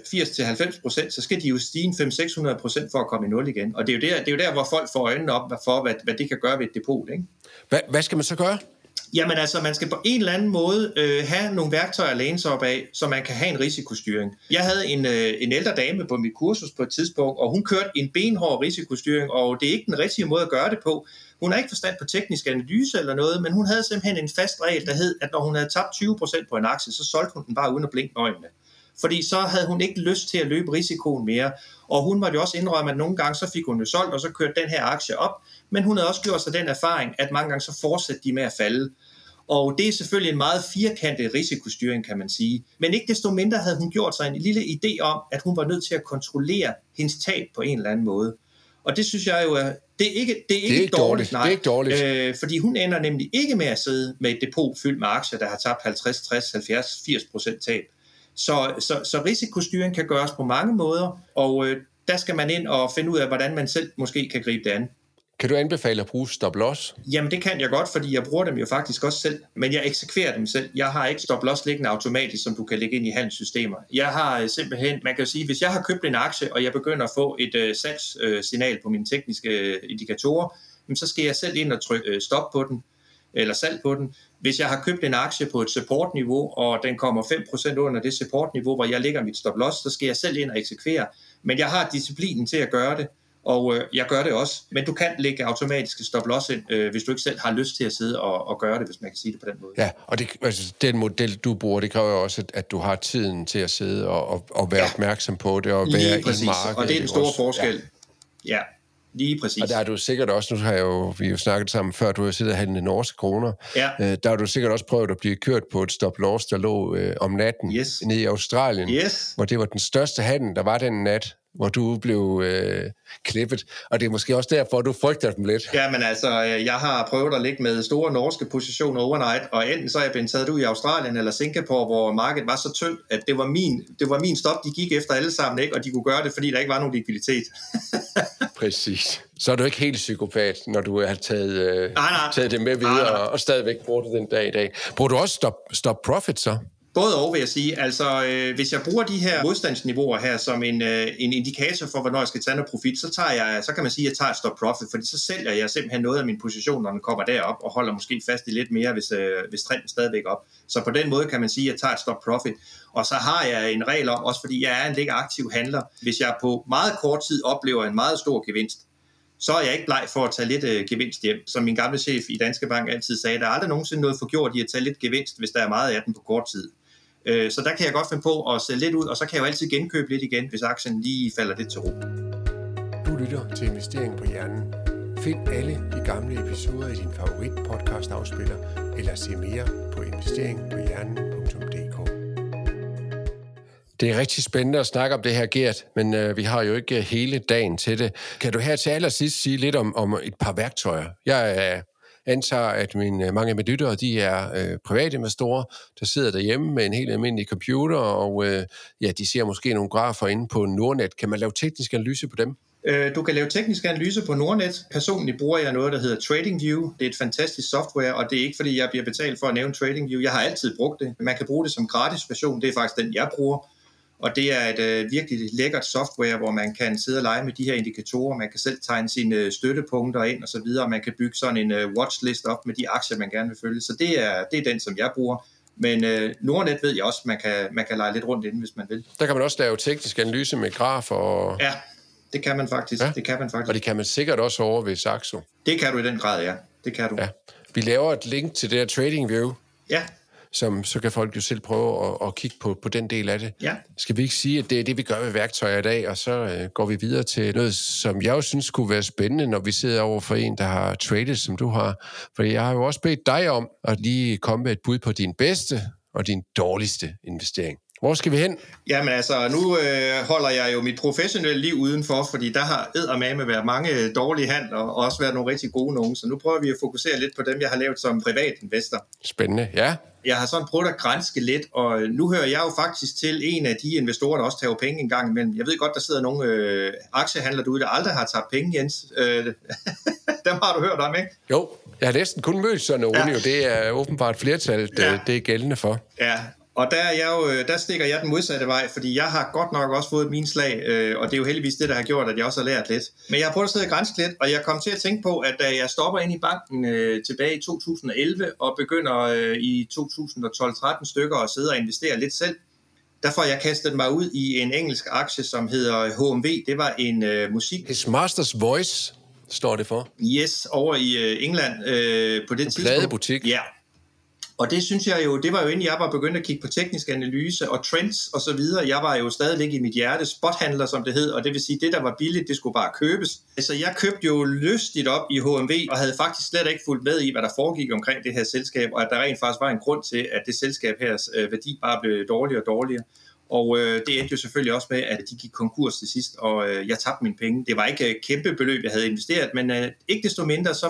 80-90%, så skal de jo stige 500-600% for at komme i 0 igen. Og det er jo der hvor folk får øjnene op for, hvad det kan gøre ved et depot, ikke? Hvad skal man så gøre? Jamen altså, man skal på en eller anden måde have nogle værktøjer at læne sig op af, så man kan have en risikostyring. Jeg havde en ældre dame på mit kursus på et tidspunkt, og hun kørte en benhård risikostyring, og det er ikke den rigtige måde at gøre det på. Hun har ikke forstand på teknisk analyse eller noget, men hun havde simpelthen en fast regel, der hed, at når hun havde tabt 20% på en aktie, så solgte hun den bare uden at blinke med øjnene. Fordi så havde hun ikke lyst til at løbe risikoen mere. Og hun måtte jo også indrømme, at nogle gange så fik hun jo solgt, og så kørte den her aktie op. Men hun havde også gjort sig den erfaring, at mange gange så fortsatte de med at falde. Og det er selvfølgelig en meget firkantet risikostyring, kan man sige. Men ikke desto mindre havde hun gjort sig en lille idé om, at hun var nødt til at kontrollere hendes tab på en eller anden måde. Og det synes jeg jo er... Det er ikke dårligt. Nej. Det er ikke dårligt. Fordi hun ender nemlig ikke med at sidde med et depot fyldt med aktier, der har tabt 50, 60, 70, 80% tab. Så risikostyring kan gøres på mange måder, og der skal man ind og finde ud af, hvordan man selv måske kan gribe det an. Kan du anbefale at bruge stop-loss? Jamen det kan jeg godt, fordi jeg bruger dem jo faktisk også selv, men jeg eksekverer dem selv. Jeg har ikke stop-loss liggende automatisk, som du kan lægge ind i handelssystemer. Jeg har simpelthen, man kan jo sige, hvis jeg har købt en aktie, og jeg begynder at få et salgssignal på mine tekniske indikatorer, så skal jeg selv ind og trykke stop på den, eller salg på den. Hvis jeg har købt en aktie på et supportniveau, og den kommer 5% under det supportniveau, hvor jeg lægger mit stop-loss, så skal jeg selv ind og eksekvere. Men jeg har disciplinen til at gøre det, og jeg gør det også. Men du kan lægge automatiske stop-loss ind, hvis du ikke selv har lyst til at sidde og gøre det, hvis man kan sige det på den måde. Ja, og den model, du bruger, det kræver også, at du har tiden til at sidde og være opmærksom på det, og være i markedet. Og det er den store forskel. Ja. Lige præcis. Og der er du sikkert også, nu har vi jo snakket sammen før, du har siddet og handlet norske kroner. Ja. Der har du sikkert også prøvet at blive kørt på et stop-loss, der lå om natten nede i Australien, hvor det var den største handel, der var den nat, hvor du blev klippet. Og det er måske også derfor, du frygter dem lidt. Ja, men altså, jeg har prøvet at ligge med store norske positioner overnight, og enten så er jeg blevet taget ud i Australien eller Singapore, hvor markedet var så tyndt, at det var min stop, de gik efter alle sammen, ikke? Og de kunne gøre det, fordi der ikke var nogen likviditet. Præcis. Så er du ikke helt psykopat, når du har taget det med videre, og stadigvæk bruger det den dag i dag. Bruger du også stop profit så? Både og, vil jeg sige. Altså, hvis jeg bruger de her modstandsniveauer her som en indikator for, hvornår jeg skal tage noget profit, så kan man sige, at jeg tager et stop profit, fordi så sælger jeg simpelthen noget af min position, når den kommer derop, og holder måske fast i lidt mere, hvis trenden stadigvæk op. Så på den måde kan man sige, at jeg tager et stop profit. Og så har jeg en regel om, også fordi jeg er en lidt aktiv handler, hvis jeg på meget kort tid oplever en meget stor gevinst, så er jeg ikke bleg for at tage lidt gevinst hjem. Som min gamle chef i Danske Bank altid sagde, der er aldrig nogensinde noget forgjort i at tage lidt gevinst, hvis der er meget af den på kort tid. Så der kan jeg godt finde på at sælge lidt ud, og så kan jeg jo altid genkøbe lidt igen, hvis aktien lige falder lidt til ro. Du lytter til Investering på Hjernen. Find alle de gamle episoder i din favorit podcast afspiller, eller se mere på investeringpohjernen.dk. Det er rigtig spændende at snakke om det her, Gert, men vi har jo ikke hele dagen til det. Kan du her til allersidst sige lidt om et par værktøjer? Jeg antager, at mange af mine lyttere, de er private investorer, der sidder derhjemme med en helt almindelig computer, og de ser måske nogle grafer inde på Nordnet. Kan man lave teknisk analyse på dem? Du kan lave teknisk analyse på Nordnet. Personligt bruger jeg noget, der hedder TradingView. Det er et fantastisk software, og det er ikke, fordi jeg bliver betalt for at nævne TradingView. Jeg har altid brugt det. Man kan bruge det som gratis version. Det er faktisk den, jeg bruger. Og det er et virkelig lækkert software, hvor man kan sidde og lege med de her indikatorer. Man kan selv tegne sine støttepunkter ind og så videre. Man kan bygge sådan en watchlist op med de aktier, man gerne vil følge. Så det er den, som jeg bruger. Men Nordnet ved jeg også, man kan lege lidt rundt inde, hvis man vil. Der kan man også lave teknisk analyse med grafer og... Ja, det kan man faktisk. Ja. Det kan man faktisk. Og det kan man sikkert også over ved Saxo. Det kan du i den grad, ja. Det kan du. Ja. Vi laver et link til det her TradingView. Ja. Så kan folk jo selv prøve at kigge på den del af det. Ja. Skal vi ikke sige, at det er det, vi gør med værktøjer i dag, og så går vi videre til noget, som jeg jo synes kunne være spændende, når vi sidder over for en, der har traded, som du har. For jeg har jo også bedt dig om at lige komme med et bud på din bedste og din dårligste investering. Hvor skal vi hen? Jamen altså, nu holder jeg jo mit professionelle liv udenfor, fordi der har eddermame været mange dårlige handler, og også været nogle rigtig gode nogen. Så nu prøver vi at fokusere lidt på dem, jeg har lavet som privatinvestor. Spændende, ja. Jeg har sådan prøvet at grænske lidt, og nu hører jeg jo faktisk til en af de investorer, der også tager penge en gang imellem. Jeg ved godt, der sidder nogle aktiehandlere derude, der aldrig har tabt penge, Jens. Dem har du hørt om, ikke? Jo, jeg har næsten kun mødt sådan nogle, jo. Det er åbenbart flertal, det er gældende for. Ja. Og der stikker jeg den modsatte vej, fordi jeg har godt nok også fået min slag, og det er jo heldigvis det, der har gjort, at jeg også har lært lidt. Men jeg har prøvet at sidde og grænse lidt, og jeg kom til at tænke på, at da jeg stopper ind i banken tilbage i 2011 og begynder i 2012-13 stykker at sidde og investere lidt selv, der får jeg kastet mig ud i en engelsk aktie, som hedder HMV. Det var en musik... His Master's Voice står det for. Yes, over i England på det tidspunkt. Pladebutik. Ja. Og det synes jeg jo, det var jo inden jeg var begyndt at kigge på teknisk analyse og trends og så videre. Jeg var jo stadigvæk i mit hjerte spothandler, som det hed, og det vil sige, det der var billigt, det skulle bare købes. Så jeg købte jo lystigt op i HMV, og havde faktisk slet ikke fulgt med i, hvad der foregik omkring det her selskab, og at der rent faktisk var en grund til, at det selskab her værdi bare blev dårligere og dårligere. Og det endte jo selvfølgelig også med, at de gik konkurs til sidst, og jeg tabte mine penge. Det var ikke et kæmpe beløb, jeg havde investeret, men ikke desto mindre, så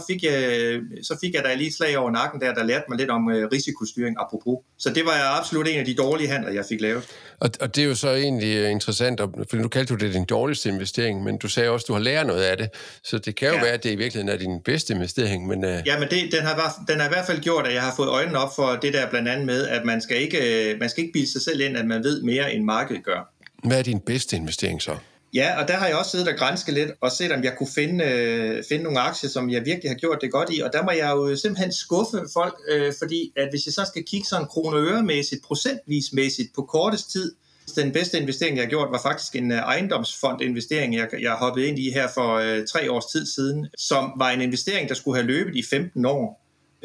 fik jeg da lige et slag over nakken der lærte mig lidt om risikostyring apropos. Så det var absolut en af de dårlige handler, jeg fik lavet. Og det er jo så egentlig interessant, for nu kaldte du det din dårligste investering, men du sagde også, at du har lært noget af det. Så det kan jo være, at det i virkeligheden er din bedste investering. Men, Ja, men den har i hvert fald gjort, at jeg har fået øjnene op for det der blandt andet med, at man skal ikke bilde sig selv ind, at man ved mere end markedet gør. Hvad er din bedste investering så? Ja, og der har jeg også siddet og grænsket lidt og set, om jeg kunne finde nogle aktier, som jeg virkelig har gjort det godt i. Og der må jeg jo simpelthen skuffe folk, fordi at hvis jeg så skal kigge sådan kroner- og øremæssigt, procentvismæssigt på kortest tid, den bedste investering, jeg har gjort, var faktisk en ejendomsfondinvestering, jeg hoppede ind i her for 3 års tid siden, som var en investering, der skulle have løbet i 15 år.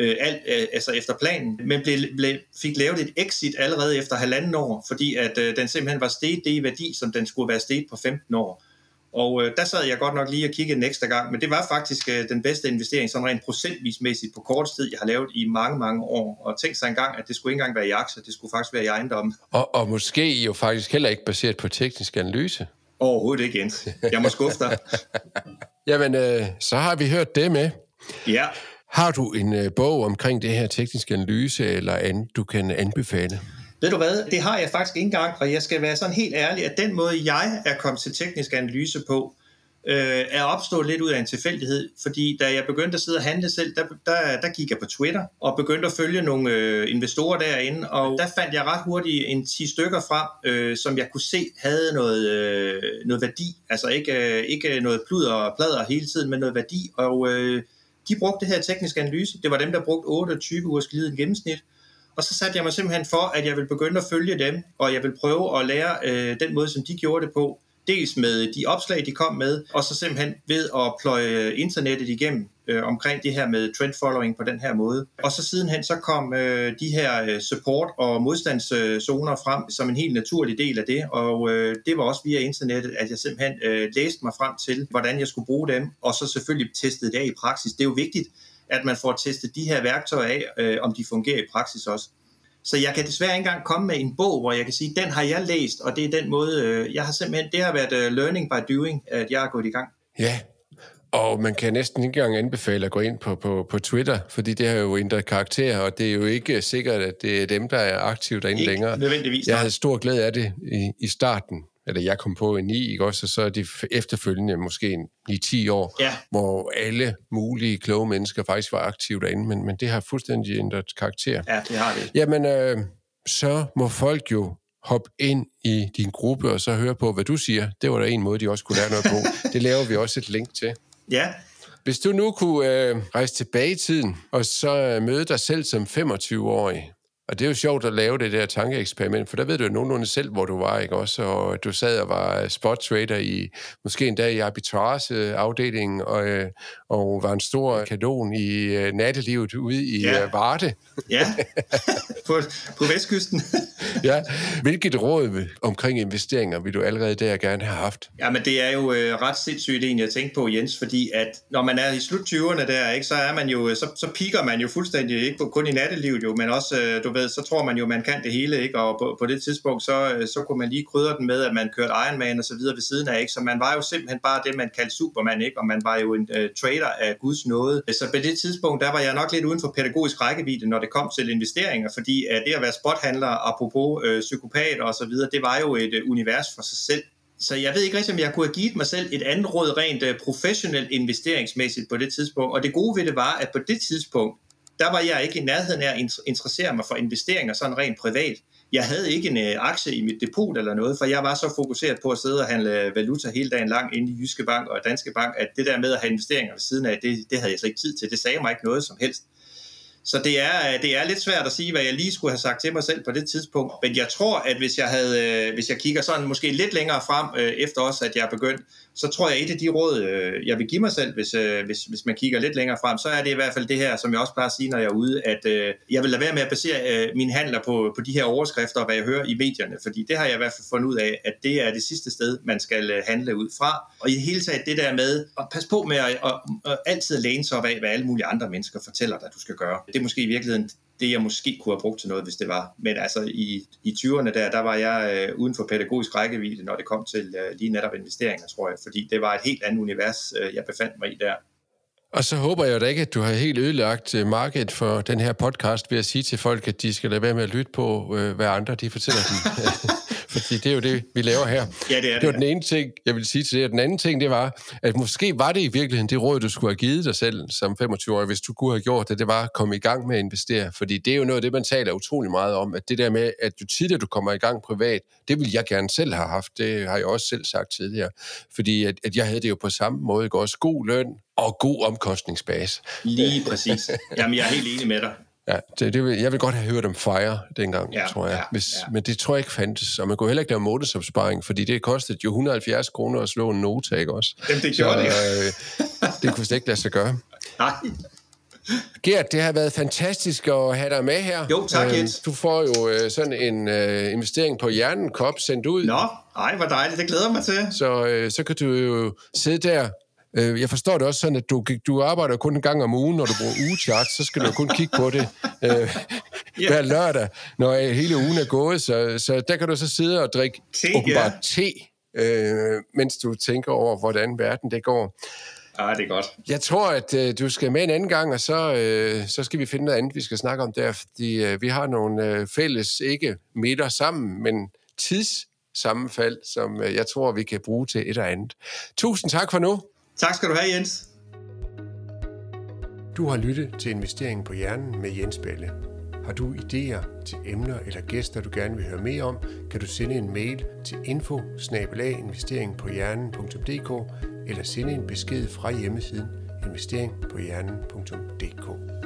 Altså efter planen, men fik lavet et exit allerede efter 1,5 år, fordi at den simpelthen var steget det i værdi, som den skulle være steget på 15 år. Og der sad jeg godt nok lige og kiggede en ekstra gang, men det var faktisk den bedste investering, sådan rent procentvismæssigt på kort tid, jeg har lavet i mange, mange år. Og tænk sig engang, at det skulle ikke engang være i aktier, det skulle faktisk være i ejendommen. Og måske jo faktisk heller ikke baseret på teknisk analyse. Overhovedet ikke, Jens. Jeg må skuffe dig. Jamen, så har vi hørt det med. Ja. Har du en bog omkring det her tekniske analyse, eller andet, du kan anbefale? Ved du hvad, det har jeg faktisk ikke engang, og jeg skal være sådan helt ærlig, at den måde, jeg er kommet til teknisk analyse på, er opstået lidt ud af en tilfældighed, fordi da jeg begyndte at sidde og handle selv, der gik jeg på Twitter og begyndte at følge nogle investorer derinde, og der fandt jeg ret hurtigt en 10 stykker frem, som jeg kunne se havde noget værdi, altså ikke noget pludder og pladder hele tiden, men noget værdi, og de brugte det her teknisk analyse. Det var dem, der brugte 28 ugers glidende gennemsnit. Og så satte jeg mig simpelthen for, at jeg ville begynde at følge dem, og jeg ville prøve at lære den måde, som de gjorde det på. Dels med de opslag, de kom med, og så simpelthen ved at pløje internettet igennem omkring det her med trend following på den her måde. Og så sidenhen så kom de her support- og modstandszoner frem som en helt naturlig del af det, og det var også via internettet, at jeg simpelthen læste mig frem til, hvordan jeg skulle bruge dem, og så selvfølgelig testede det af i praksis. Det er jo vigtigt, at man får testet de her værktøjer af, om de fungerer i praksis også. Så jeg kan desværre ikke engang komme med en bog, hvor jeg kan sige, den har jeg læst, og det er den måde, jeg har simpelthen, det har været learning by doing, at jeg er gået i gang. Ja, Og man kan næsten ikke engang anbefale at gå ind på Twitter, fordi det har jo ændret karakter, og det er jo ikke sikkert, at det er dem, der er aktive derinde ikke længere. Nødvendigvis. Jeg havde stor glæde af det i starten, eller jeg kom på i 9, ikke også, og så er de efterfølgende måske i 10 år, hvor alle mulige kloge mennesker faktisk var aktive derinde, men det har fuldstændig ændret karakter. Ja, det har det. Jamen, så må folk jo hoppe ind i din gruppe og så høre på, hvad du siger. Det var der en måde, de også kunne lære noget på. Det laver vi også et link til. Ja. Hvis du nu kunne rejse tilbage i tiden, og så møde dig selv som 25-årig, og det er jo sjovt at lave det der tankeeksperiment, for der ved du jo nogenlunde selv, hvor du var, ikke også? Og du sad og var spot-trader i, måske endda i arbitrage-afdelingen, og var en stor kanon i nattelivet ude i Varde. Ja, på Vestkysten. Ja. Hvilket råd omkring investeringer vil du allerede der gerne have haft? Jamen, det er jo ret sindssygt egentlig at tænke på, Jens, fordi at når man er i slut 20'erne der, ikke, så er man jo, så piker man jo fuldstændig, ikke kun i nattelivet jo, men også, du ved, så tror man jo, man kan det hele, ikke, og på det tidspunkt, så kunne man lige krydre den med, at man kørte Ironman og så videre ved siden af, ikke, så man var jo simpelthen bare det, man kaldte Superman, ikke, og man var jo en trader af Guds nåde. Så på det tidspunkt, der var jeg nok lidt uden for pædagogisk rækkevidde, når det kom til investeringer, fordi det at være spothandler, apropos psykopat og så videre, det var jo et univers for sig selv. Så jeg ved ikke rigtig, om jeg kunne have givet mig selv et andet råd rent professionelt investeringsmæssigt på det tidspunkt. Og det gode ved det var, at på det tidspunkt, der var jeg ikke i nærheden af at interessere mig for investeringer sådan rent privat. Jeg havde ikke en aktie i mit depot eller noget, for jeg var så fokuseret på at sidde og handle valuta hele dagen lang inde i Jyske Bank og Danske Bank, at det der med at have investeringer ved siden af, det havde jeg så ikke tid til. Det sagde mig ikke noget som helst. Så det er lidt svært at sige, hvad jeg lige skulle have sagt til mig selv på det tidspunkt. Men jeg tror, at hvis jeg kigger sådan måske lidt længere frem, efter også, at jeg er begyndt, så tror jeg, et af de råd, jeg vil give mig selv, hvis man kigger lidt længere frem, så er det i hvert fald det her, som jeg også plejer at sige, når jeg er ude, at jeg vil lade være med at basere mine handler på de her overskrifter, hvad jeg hører i medierne, fordi det har jeg i hvert fald fundet ud af, at det er det sidste sted, man skal handle ud fra. Og i det hele taget det der med at passe på med at altid læne sig op af, hvad alle mulige andre mennesker fortæller dig, du skal gøre. Det er måske i virkeligheden det, jeg måske kunne have brugt til noget, hvis det var. Men altså i 20'erne der var jeg uden for pædagogisk rækkevidde, når det kom til lige netop investeringer, tror jeg. Fordi det var et helt andet univers, jeg befandt mig i der. Og så håber jeg da ikke, at du har helt ødelagt markedet for den her podcast ved at sige til folk, at de skal lade være med at lytte på, hvad andre de fortæller dem. Fordi det er jo det, vi laver her. Ja, det er det. Det var den ene ting, jeg vil sige til det. Og den anden ting, det var, at måske var det i virkeligheden det råd, du skulle have givet dig selv som 25-årig, hvis du kunne have gjort det, det var at komme i gang med at investere. Fordi det er jo noget af det, man taler utrolig meget om, at det der med, at jo tidligere du kommer i gang privat, det vil jeg gerne selv have haft. Det har jeg også selv sagt tidligere. Fordi at jeg havde det jo på samme måde, ikke? Også god løn og god omkostningsbase. Lige præcis. Jamen, jeg er helt enig med dig. Ja, jeg vil godt have hørt om FIRE dengang, tror jeg. Men det tror jeg ikke fandtes. Og man kunne heller ikke lave månedsopsparing, fordi det kostede jo 170 kroner at slå en Nota, ikke også? Jamen, det gjorde det. Det kunne ikke lade sig gøre. Nej. Gert, det har været fantastisk at have dig med her. Jo, tak, Jens. Du får jo sådan en investering på hjernen-kop sendt ud. Nå, ej, hvor dejligt. Det glæder mig til. Så kan du jo sidde der. Jeg forstår det også sådan, at du arbejder kun en gang om ugen, når du bruger ugechart, så skal du kun kigge på det hver lørdag, når hele ugen er gået. Så der kan du så sidde og drikke te, mens du tænker over, hvordan verden det går. Ja, det er godt. Jeg tror, at du skal med en anden gang, og så skal vi finde noget andet, vi skal snakke om der, fordi vi har nogle fælles, ikke midter sammen, men tidssammenfald, som jeg tror, vi kan bruge til et eller andet. Tusind tak for nu. Tak skal du have, Jens. Du har lyttet til Investeringen på Hjernen med Jens Balle. Har du idéer til emner eller gæster, du gerne vil høre mere om, kan du sende en mail til info@investeringpohjernen.dk eller sende en besked fra hjemmesiden investeringpohjernen.dk.